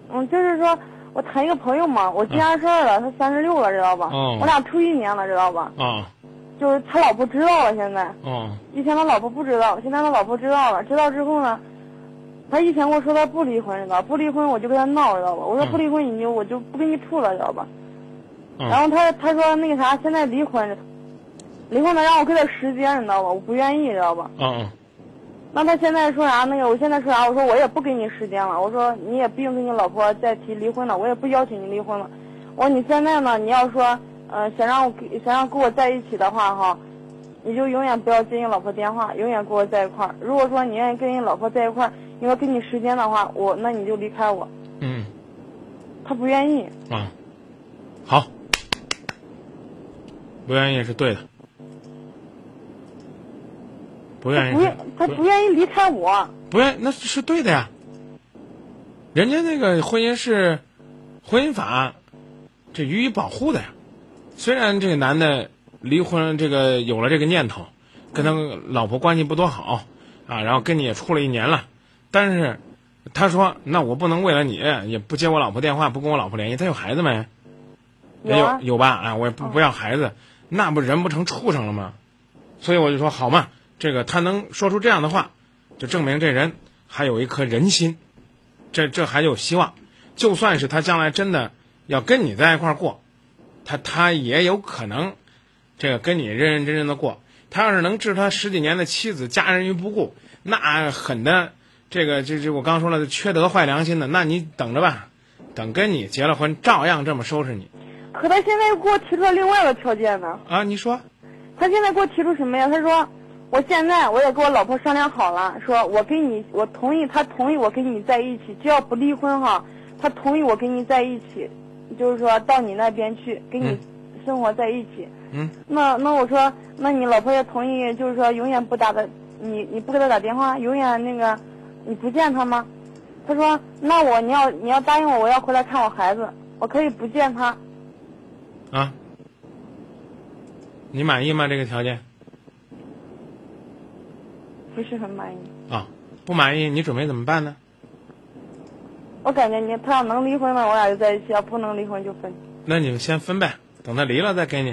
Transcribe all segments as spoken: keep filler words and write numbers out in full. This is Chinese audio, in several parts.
嗯，就是说我谈一个朋友嘛，我结完事儿了，啊、他三十六了，知道吧？ 哦。 我俩处一年了，知道吧？ 哦。 就是他老婆知道了，现在。 哦。 以前他老婆不知道，现在他老婆知道了，知道之后呢，他以前跟我说他不离婚，知道吧？不离婚我就跟他闹，知道吧？我说不离婚你就、嗯、我就不跟你处了，知道吧？嗯、然后他他说那个啥，现在离婚，离婚了让我给他时间，你知道吧？我不愿意，知道吧？ 嗯嗯。 那他现在说啥？那个我现在说啥？我说我也不给你时间了，我说你也不用跟你老婆再提离婚了，我也不要求你离婚了。我说你现在呢，你要说呃想让我想让跟我在一起的话哈，你就永远不要接你老婆电话，永远跟我在一块儿。如果说你愿意跟你老婆在一块儿，你要给你时间的话，我那你就离开我。 嗯。 他不愿意。 啊。好。不愿意是对的。不愿意他不，他不愿意离开我。 不愿，那是对的呀。人家那个婚姻是婚姻法这予以保护的呀。虽然这个男的离婚，这个有了这个念头，跟他老婆关系不多好啊，然后跟你也处了一年了，但是他说那我不能为了你也不接我老婆电话，不跟我老婆联系。他有孩子没？ 有啊， 有有吧？啊，我也不不要孩子，那不人不成畜生了吗？所以我就说好嘛。这个他能说出这样的话，就证明这人还有一颗人心，这这还有希望。就算是他将来真的要跟你在一块儿过，他他也有可能这个跟你认认真真的过。他要是能置他十几年的妻子家人于不顾，那狠的这个这这我刚说了，缺德坏良心的，那你等着吧，等跟你结了婚，照样这么收拾你。 可他现在给我提出了另外的条件呢。 啊，你说？ 他现在给我提出什么呀？他说。我现在我也跟我老婆商量好了，说我跟你，我同意，他同意我跟你在一起，只要不离婚哈，他同意我跟你在一起，就是说到你那边去跟你生活在一起。 嗯。 那那我说，那你老婆也同意，就是说永远不打的，你你不给他打电话，永远那个你不见他吗？他说，那我你要你要答应我，我要回来看我孩子，我可以不见他。 啊。你满意吗？这个条件？ 不是很满意啊，不满意，你准备怎么办呢？ 我感觉你他要能离婚了，我俩就在一起；要不能离婚就分。 那你们先分呗，等他离了再给你。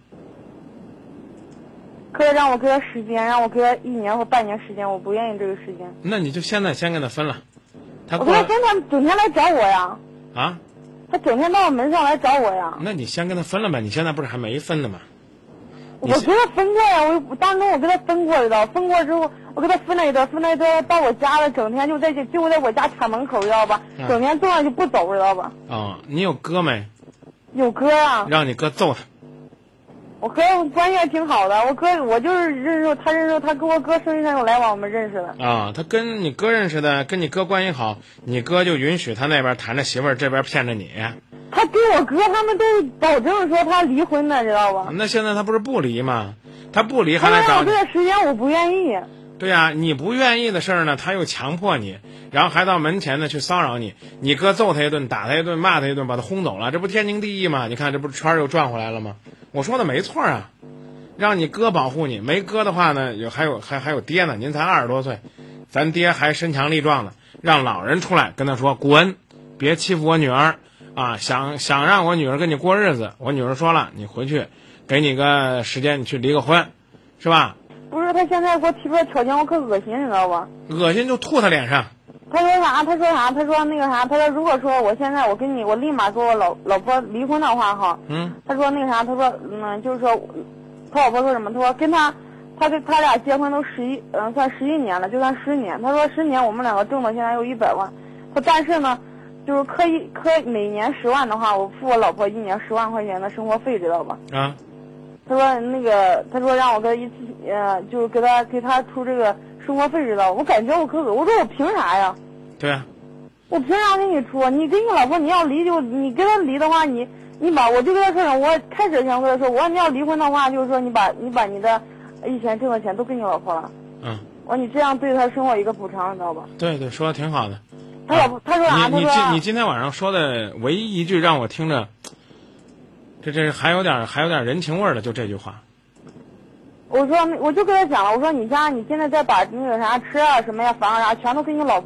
可以让我给他时间，让我给他一年或半年时间，我不愿意这个时间。 那你就现在先跟他分了。他我跟他分，他整天来找我呀。 啊？ 他整天到我门上来找我呀。 那你先跟他分了呗，你现在不是还没分呢吗？ 我跟他分过呀，我当中我跟他分过一道，分过之后我跟他分了一道，分了一道到我家了，整天就在就在我家家门口，知道吧？ 嗯、 整天坐那就不走，知道吧？ 啊、哦，你有哥没？ 有哥呀。 让你哥揍他。 我哥关系还挺好的，我哥我就是认识他，认识他跟我哥生意上有来往，我们认识的。 啊、哦，他跟你哥认识的，跟你哥关系好，你哥就允许他那边谈着媳妇儿，这边骗着你。 他跟我哥他们都保证说他离婚的，知道吧？ 那现在他不是不离吗？他不离还来找你。 他让我给他时间，我不愿意。 对呀、啊，你不愿意的事儿呢，他又强迫你，然后还到门前呢去骚扰你。你哥揍他一顿，打他一顿，骂他一顿，把他轰走了，这不天经地义吗？你看这不是圈又转回来了吗？我说的没错啊，让你哥保护你，没哥的话呢，有还有还还有爹呢。您才二十多岁，咱爹还身强力壮的，让老人出来跟他说滚，别欺负我女儿。啊，想想让我女儿跟你过日子，我女儿说了，你回去，给你个时间，你去离个婚，是吧？ 不是，他现在给我提出来条件，我可恶心，你知道吧？ 恶心就吐他脸上。 他说啥？他说啥？他说那个啥？他说如果说我现在我跟你，我立马跟我老老婆离婚的话，哈， 嗯， 他说那个啥？他说嗯，就是说，他老婆说什么？他说跟他，他跟他俩结婚都十一，嗯，算十一年了，就算十年。他说十年我们两个挣的现在有一百万，他但是呢。就是可以可以每年十万的话，我付我老婆一年十万块钱的生活费，知道吧？ 啊。 他说那个，他说让我跟一起，呃，就是给他给他出这个生活费，知道吧？我感觉我可恶，我说我凭啥呀？ 对啊。 我凭啥给你出？你跟你老婆你要离就你跟他离的话，你你把我就跟他说，我开始想跟他说，我说你要离婚的话，就是说你把你把你的以前挣的钱都给你老婆了。 嗯。 我说你这样对他生活一个补偿，你知道吧？ 对对，说的挺好的。 他老婆他说啥？ 你你他说今你今天晚上说的唯一一句让我听着，这这还有点还有点人情味儿的，就这句话。 我说我就跟他讲了，我说你家你现在再把那个啥吃啊什么呀房啊啥全都给你老婆，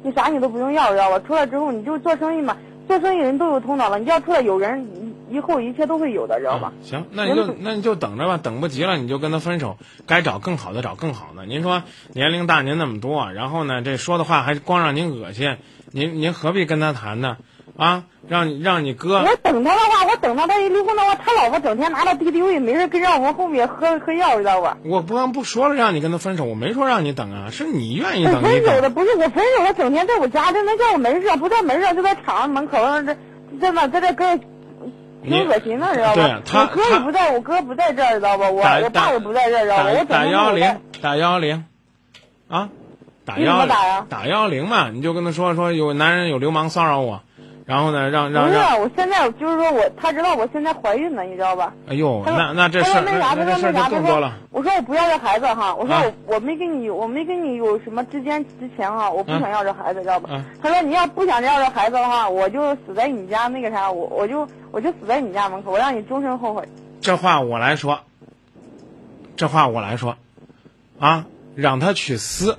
你啥你都不用要，知道吧？出来之后你就做生意嘛，做生意人都有头脑了，你要出来有人，以后一切都会有的，知道吧？ 啊、行，那你就那你就等着吧，等不及了你就跟他分手，该找更好的找更好的。您说年龄大您那么多，然后呢这说的话还光让您恶心，您您何必跟他谈呢？啊，让你让你哥， 我等他的话，我等他，他一离婚的话，他老婆整天拿着敌敌畏，没事跟着我们后面喝喝药，知道吧？ 我不刚不说了让你跟他分手，我没说让你等啊，是你愿意等。 分手的不是我分手，我整天在我家，这能叫我门上，不在门上就在厂门口上，这在那在这跟挺恶心的，知道吧？ 他我哥也不在，我哥不在这儿，知道吧？我我爸也不在这儿，知道吧？我打幺零打幺零，啊，打幺打呀？ 打幺零嘛，你就跟他说说有男人有流氓骚扰我。然后呢，让让不是， 让我现在就是说我，他知道我现在怀孕了，你知道吧？ 哎呦，那那这事那啥， 那这事就更多了。 我说我不要这孩子哈，我说我、 啊、 我没跟你，我没跟你有什么之间之前哈，我不想要这孩子， 啊、 知道吧？ 啊、 他说你要不想要这孩子的话，我就死在你家那个啥，我我就我就死在你家门口，我让你终身后悔。 这话我来说，这话我来说，啊，让他去死，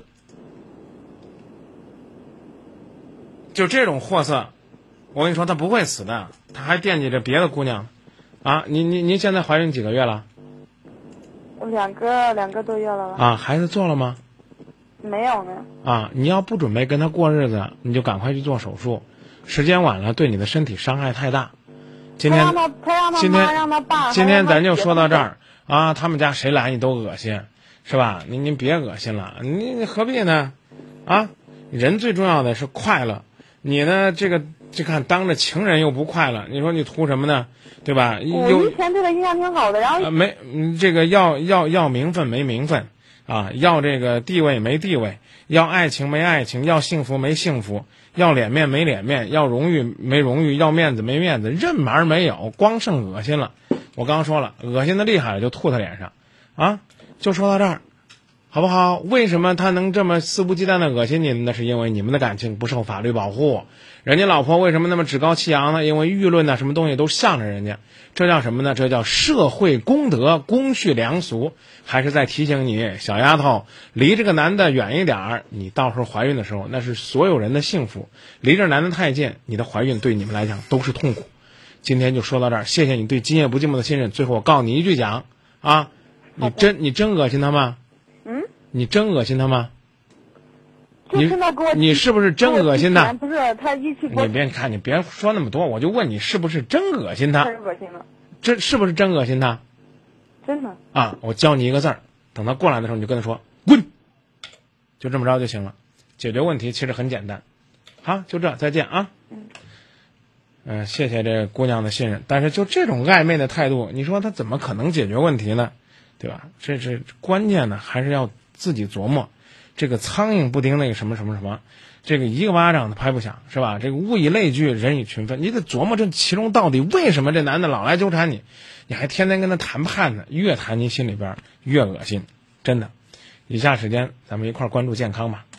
就这种货色。我跟你说，他不会死的，他还惦记着别的姑娘，啊，您您您现在怀孕几个月了？ 我两个两个多月了吧？ 啊，孩子做了吗？ 没有呢。 啊，你要不准备跟他过日子，你就赶快去做手术，时间晚了对你的身体伤害太大。今天他让他他让他今天让他爸， 今天咱就说到这儿啊，他们家谁来你都恶心，是吧？您您别恶心了，你你何必呢？啊，人最重要的是快乐，你呢这个。这看当着情人又不快乐，你说你图什么呢？对吧？ 我以前对他印象挺好的，然后、 呃、没这个要要要名分没名分啊，要这个地位没地位，要爱情没爱情，要幸福没幸福，要脸面没脸面，要荣誉没荣誉，要面子没面子，任门没有，光剩恶心了。我刚说了，恶心的厉害了就吐他脸上，啊，就说到这儿，好不好？为什么他能这么肆无忌惮的恶心你呢？那是因为你们的感情不受法律保护。人家老婆为什么那么趾高气扬呢？因为舆论呢，什么东西都向着人家，这叫什么呢？这叫社会公德、公序良俗。还是在提醒你，小丫头，离这个男的远一点儿，你到时候怀孕的时候，那是所有人的幸福；离这男的太近，你的怀孕对你们来讲都是痛苦。今天就说到这儿，谢谢你对今夜不寂寞的信任。最后我告诉你一句讲啊，你真你真恶心他吗？ 嗯？ 你真恶心他吗？ 你你是不是真恶心他？ 不是他一起你别看，你别说那么多，我就问你是不是真恶心他？ 太恶心了。 这是不是真恶心他？ 真的。 啊，我教你一个字儿，等他过来的时候你就跟他说滚，就这么着就行了。解决问题其实很简单。好，就这，再见啊。嗯。嗯、呃，谢谢这姑娘的信任，但是就这种暧昧的态度，你说他怎么可能解决问题呢？对吧？这是关键呢，还是要自己琢磨。这个苍蝇不叮那个什么什么什么，这个一个巴掌拍不响，是吧？这个物以类聚，人以群分，你得琢磨这其中到底为什么这男的老来纠缠你，你还天天跟他谈判呢，越谈你心里边越恶心，真的。以下时间咱们一块儿关注健康吧。